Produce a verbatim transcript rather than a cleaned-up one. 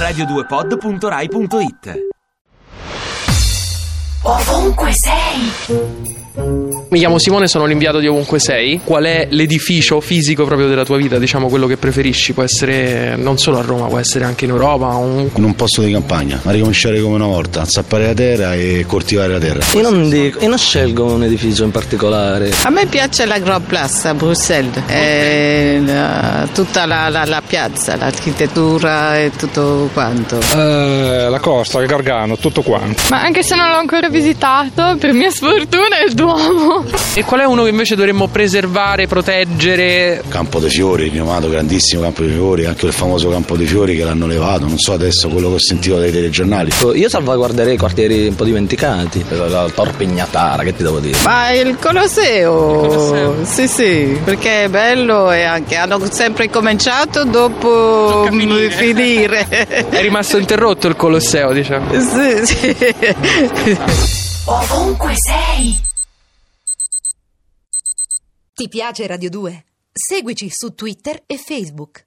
radio due pod punto rai punto it. Ovunque sei. Mi chiamo Simone, sono l'inviato di Ovunque Sei. Qual è l'edificio fisico proprio della tua vita, diciamo quello che preferisci? Può essere non solo a Roma, può essere anche in Europa. Un... In un posto di campagna, a ricominciare come una volta, zappare la terra e coltivare la terra. Io non dico, io non scelgo un edificio in particolare. A me piace la Grand Place a Bruxelles, e la, tutta la, la, la piazza, l'architettura e tutto quanto. Eh, la costa, il Gargano, tutto quanto. Ma anche se non l'ho ancora visitato, per mia sfortuna è il Duomo. E qual è uno che invece dovremmo preservare, proteggere? Campo dei Fiori, rinomato, grandissimo Campo dei Fiori, anche il famoso Campo dei Fiori che l'hanno levato, non so adesso quello che ho sentito dai telegiornali. Io salvaguarderei i quartieri un po' dimenticati, la Tor Pignatara, che ti devo dire? Ma il Colosseo, il Colosseo. Sì sì, perché è bello e anche hanno sempre cominciato dopo finire. È rimasto interrotto il Colosseo, diciamo. Sì, sì. Ovunque sei. Ti piace Radio due? Seguici su Twitter e Facebook.